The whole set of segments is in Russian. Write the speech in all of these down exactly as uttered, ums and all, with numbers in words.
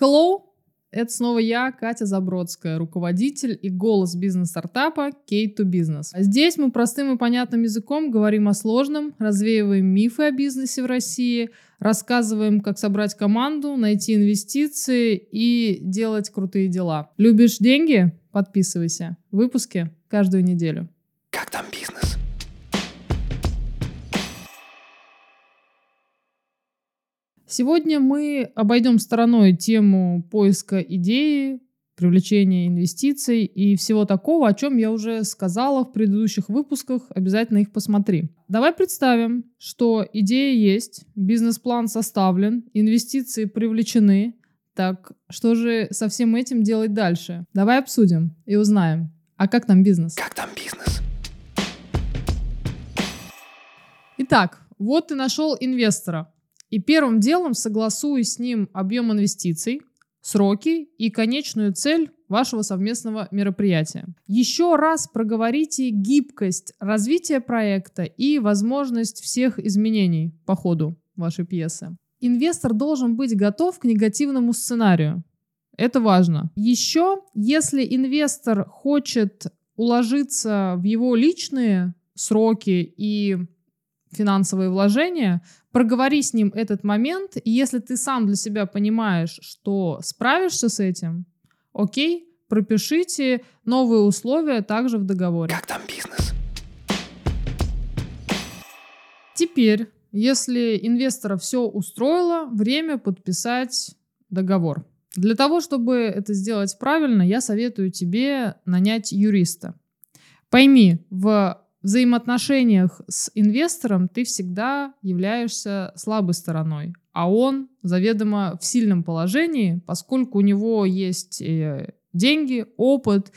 Hello! Это снова я, Катя Забродская, руководитель и голос бизнес-стартапа кей ту Business. А здесь мы простым и понятным языком говорим о сложном, развеиваем мифы о бизнесе в России, рассказываем, как собрать команду, найти инвестиции и делать крутые дела. Любишь деньги? Подписывайся. Выпуски каждую неделю. Как там бизнес? Сегодня мы обойдем стороной тему поиска идеи, привлечения инвестиций и всего такого, о чем я уже сказала в предыдущих выпусках. Обязательно их посмотри. Давай представим, что идея есть, бизнес-план составлен, инвестиции привлечены. Так что же со всем этим делать дальше? Давай обсудим и узнаем. А как там бизнес? Как там бизнес? Итак, вот ты нашел инвестора. И первым делом согласуй с ним объем инвестиций, сроки и конечную цель вашего совместного мероприятия. Еще раз проговорите гибкость развития проекта и возможность всех изменений по ходу вашей пьесы. Инвестор должен быть готов к негативному сценарию. Это важно. Еще, если инвестор хочет уложиться в его личные сроки и финансовые вложения, проговори с ним этот момент, и если ты сам для себя понимаешь, что справишься с этим, окей, пропишите новые условия также в договоре. Как там бизнес? Теперь, если инвестора все устроило, время подписать договор. Для того, чтобы это сделать правильно, я советую тебе нанять юриста. Пойми, в взаимоотношениях с инвестором ты всегда являешься слабой стороной, а он заведомо в сильном положении, поскольку у него есть деньги, опыт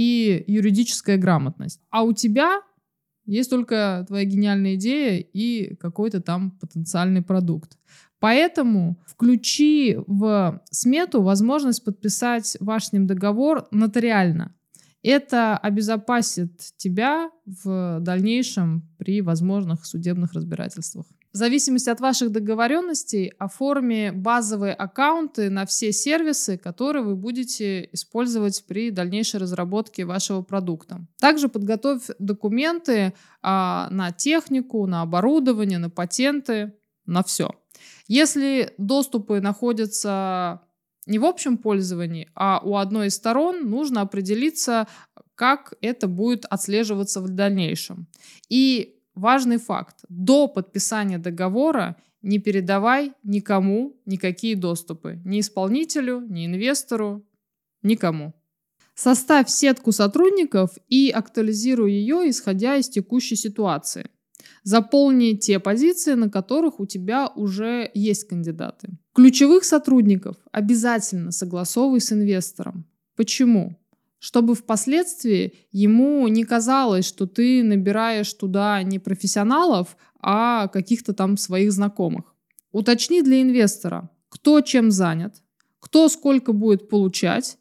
и юридическая грамотность. А у тебя есть только твоя гениальная идея и какой-то там потенциальный продукт. Поэтому включи в смету возможность подписать ваш с ним договор нотариально. Это обезопасит тебя в дальнейшем при возможных судебных разбирательствах. В зависимости от ваших договоренностей оформи базовые аккаунты на все сервисы, которые вы будете использовать при дальнейшей разработке вашего продукта. Также подготовь документы а, на технику, на оборудование, на патенты, на все. Если доступы находятся не в общем пользовании, а у одной из сторон, нужно определиться, как это будет отслеживаться в дальнейшем. И важный факт. До подписания договора не передавай никому никакие доступы. Ни исполнителю, ни инвестору, никому. Составь сетку сотрудников и актуализируй ее, исходя из текущей ситуации. Заполни те позиции, на которых у тебя уже есть кандидаты. Ключевых сотрудников обязательно согласовывай с инвестором. Почему? Чтобы впоследствии ему не казалось, что ты набираешь туда не профессионалов, а каких-то там своих знакомых. Уточни для инвестора, кто чем занят, кто сколько будет получать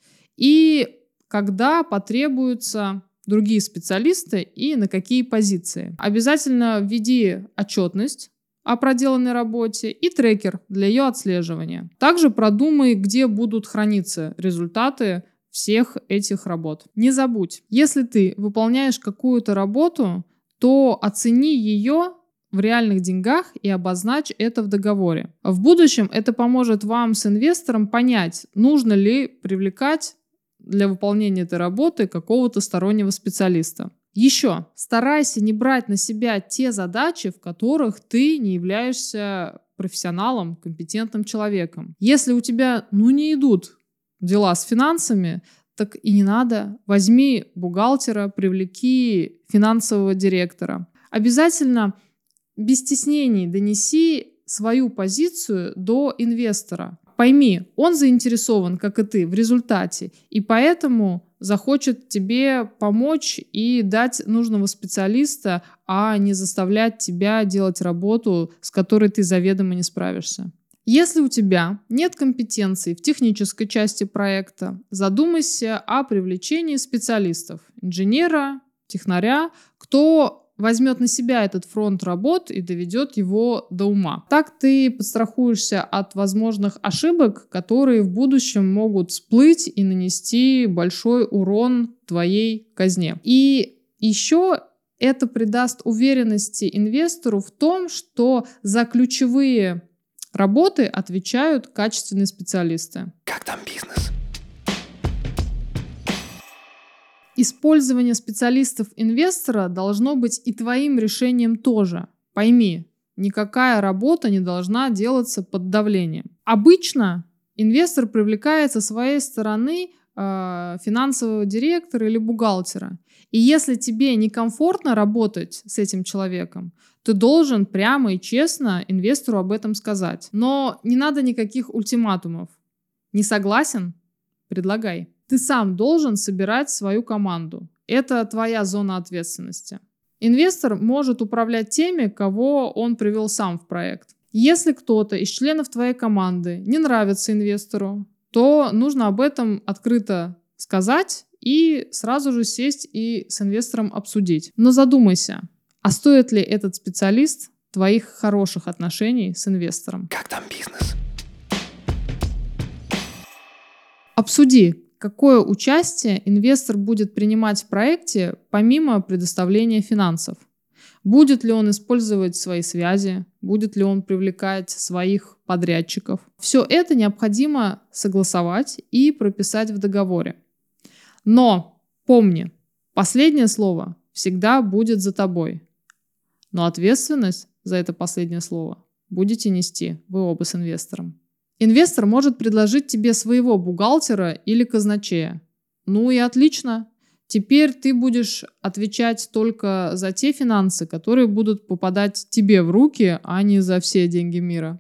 и когда потребуется другие специалисты и на какие позиции. Обязательно введи отчетность о проделанной работе и трекер для ее отслеживания. Также продумай, где будут храниться результаты всех этих работ. Не забудь, если ты выполняешь какую-то работу, то оцени ее в реальных деньгах и обозначь это в договоре. В будущем это поможет вам с инвестором понять, нужно ли привлекать для выполнения этой работы какого-то стороннего специалиста. Еще старайся не брать на себя те задачи, в которых ты не являешься профессионалом, компетентным человеком. Если у тебя ну, не идут дела с финансами, так и не надо. Возьми бухгалтера, привлеки финансового директора. Обязательно без стеснений донеси свою позицию до инвестора. Пойми, он заинтересован, как и ты, в результате, и поэтому захочет тебе помочь и дать нужного специалиста, а не заставлять тебя делать работу, с которой ты заведомо не справишься. Если у тебя нет компетенций в технической части проекта, задумайся о привлечении специалистов, инженера, технаря, кто возьмет на себя этот фронт работ и доведет его до ума. Так ты подстрахуешься от возможных ошибок, которые в будущем могут всплыть и нанести большой урон твоей казне. И еще это придаст уверенности инвестору в том, что за ключевые работы отвечают качественные специалисты. Как там бизнес? Использование специалистов-инвестора должно быть и твоим решением тоже. Пойми, никакая работа не должна делаться под давлением. Обычно инвестор привлекает со своей стороны э, финансового директора или бухгалтера. И если тебе некомфортно работать с этим человеком, ты должен прямо и честно инвестору об этом сказать. Но не надо никаких ультиматумов. Не согласен? Предлагай. Ты сам должен собирать свою команду. Это твоя зона ответственности. Инвестор может управлять теми, кого он привел сам в проект. Если кто-то из членов твоей команды не нравится инвестору, то нужно об этом открыто сказать и сразу же сесть и с инвестором обсудить. Но задумайся, а стоит ли этот специалист твоих хороших отношений с инвестором? Как там бизнес? Обсуди, какое участие инвестор будет принимать в проекте помимо предоставления финансов. Будет ли он использовать свои связи, будет ли он привлекать своих подрядчиков. Все это необходимо согласовать и прописать в договоре. Но помни, последнее слово всегда будет за тобой. Но ответственность за это последнее слово будете нести вы оба с инвестором. Инвестор может предложить тебе своего бухгалтера или казначея. Ну и отлично. Теперь ты будешь отвечать только за те финансы, которые будут попадать тебе в руки, а не за все деньги мира.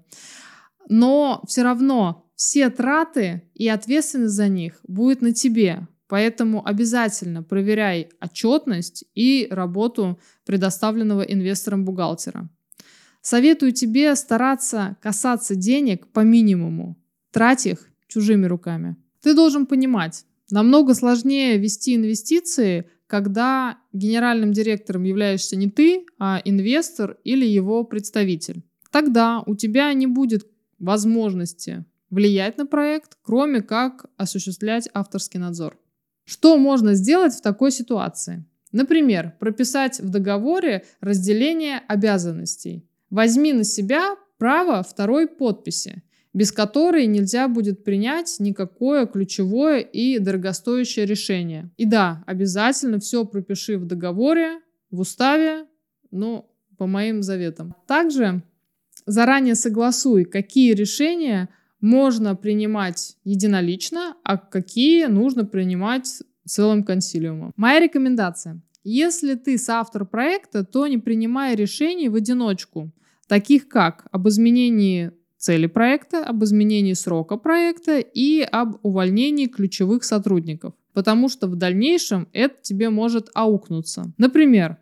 Но все равно все траты и ответственность за них будет на тебе. Поэтому обязательно проверяй отчетность и работу предоставленного инвестором бухгалтера. Советую тебе стараться касаться денег по минимуму, трать их чужими руками. Ты должен понимать, намного сложнее вести инвестиции, когда генеральным директором являешься не ты, а инвестор или его представитель. Тогда у тебя не будет возможности влиять на проект, кроме как осуществлять авторский надзор. Что можно сделать в такой ситуации? Например, прописать в договоре разделение обязанностей. Возьми на себя право второй подписи, без которой нельзя будет принять никакое ключевое и дорогостоящее решение. И да, обязательно все пропиши в договоре, в уставе, ну, по моим заветам. Также заранее согласуй, какие решения можно принимать единолично, а какие нужно принимать целым консилиумом. Моя рекомендация. Если ты соавтор проекта, то не принимай решений в одиночку, таких как об изменении цели проекта, об изменении срока проекта и об увольнении ключевых сотрудников, потому что в дальнейшем это тебе может аукнуться. Например,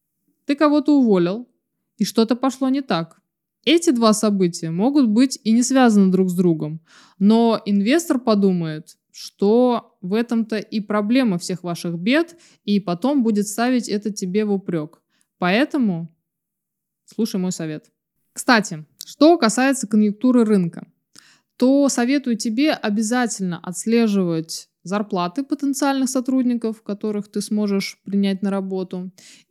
ты кого-то уволил, и что-то пошло не так. Эти два события могут быть и не связаны друг с другом, но инвестор подумает, что в этом-то и проблема всех ваших бед, и потом будет ставить это тебе в упрек. Поэтому слушай мой совет. Кстати, что касается конъюнктуры рынка, то советую тебе обязательно отслеживать зарплаты потенциальных сотрудников, которых ты сможешь принять на работу,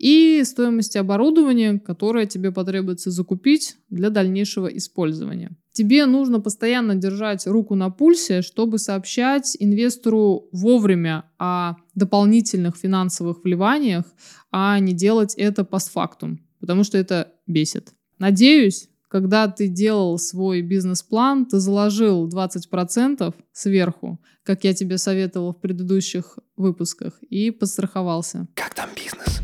и стоимости оборудования, которое тебе потребуется закупить для дальнейшего использования. Тебе нужно постоянно держать руку на пульсе, чтобы сообщать инвестору вовремя о дополнительных финансовых вливаниях, а не делать это постфактум, потому что это бесит. Надеюсь, когда ты делал свой бизнес-план, ты заложил двадцать процентов сверху, как я тебе советовала в предыдущих выпусках, и подстраховался. Как там бизнес?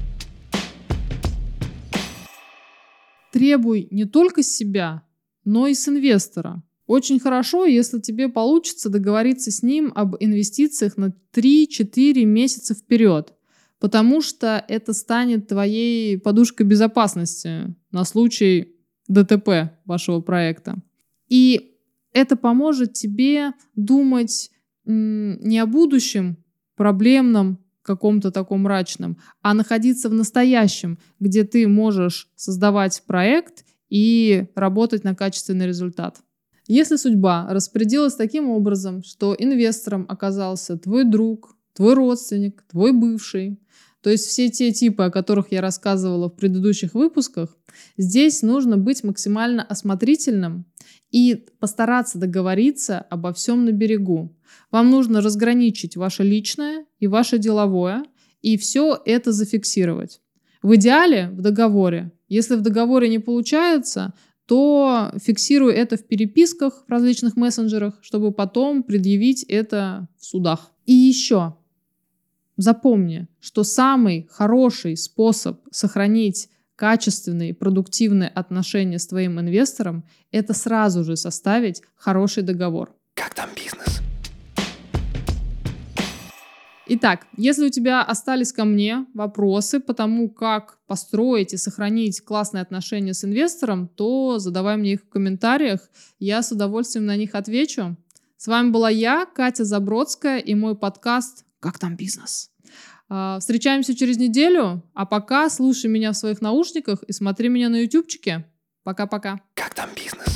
Требуй не только с себя, но и с инвестора. Очень хорошо, если тебе получится договориться с ним об инвестициях на три-четыре месяца вперед, потому что это станет твоей подушкой безопасности на случай ДТП вашего проекта. И это поможет тебе думать м, не о будущем проблемном каком-то таком мрачном, а находиться в настоящем, где ты можешь создавать проект и работать на качественный результат. Если судьба распорядилась таким образом, что инвестором оказался твой друг, твой родственник, твой бывший, то есть все те типы, о которых я рассказывала в предыдущих выпусках, здесь нужно быть максимально осмотрительным и постараться договориться обо всем на берегу. Вам нужно разграничить ваше личное и ваше деловое, и все это зафиксировать. В идеале в договоре. Если в договоре не получается, то фиксируй это в переписках в различных мессенджерах, чтобы потом предъявить это в судах. И еще запомни, что самый хороший способ сохранить качественные, продуктивные отношения с твоим инвестором – это сразу же составить хороший договор. Как там бизнес? Итак, если у тебя остались ко мне вопросы по тому, как построить и сохранить классные отношения с инвестором, то задавай мне их в комментариях, я с удовольствием на них отвечу. С вами была я, Катя Забродская, и мой подкаст «Как там бизнес?». Встречаемся через неделю, а пока слушай меня в своих наушниках и смотри меня на ютубчике. Пока-пока. Как там бизнес?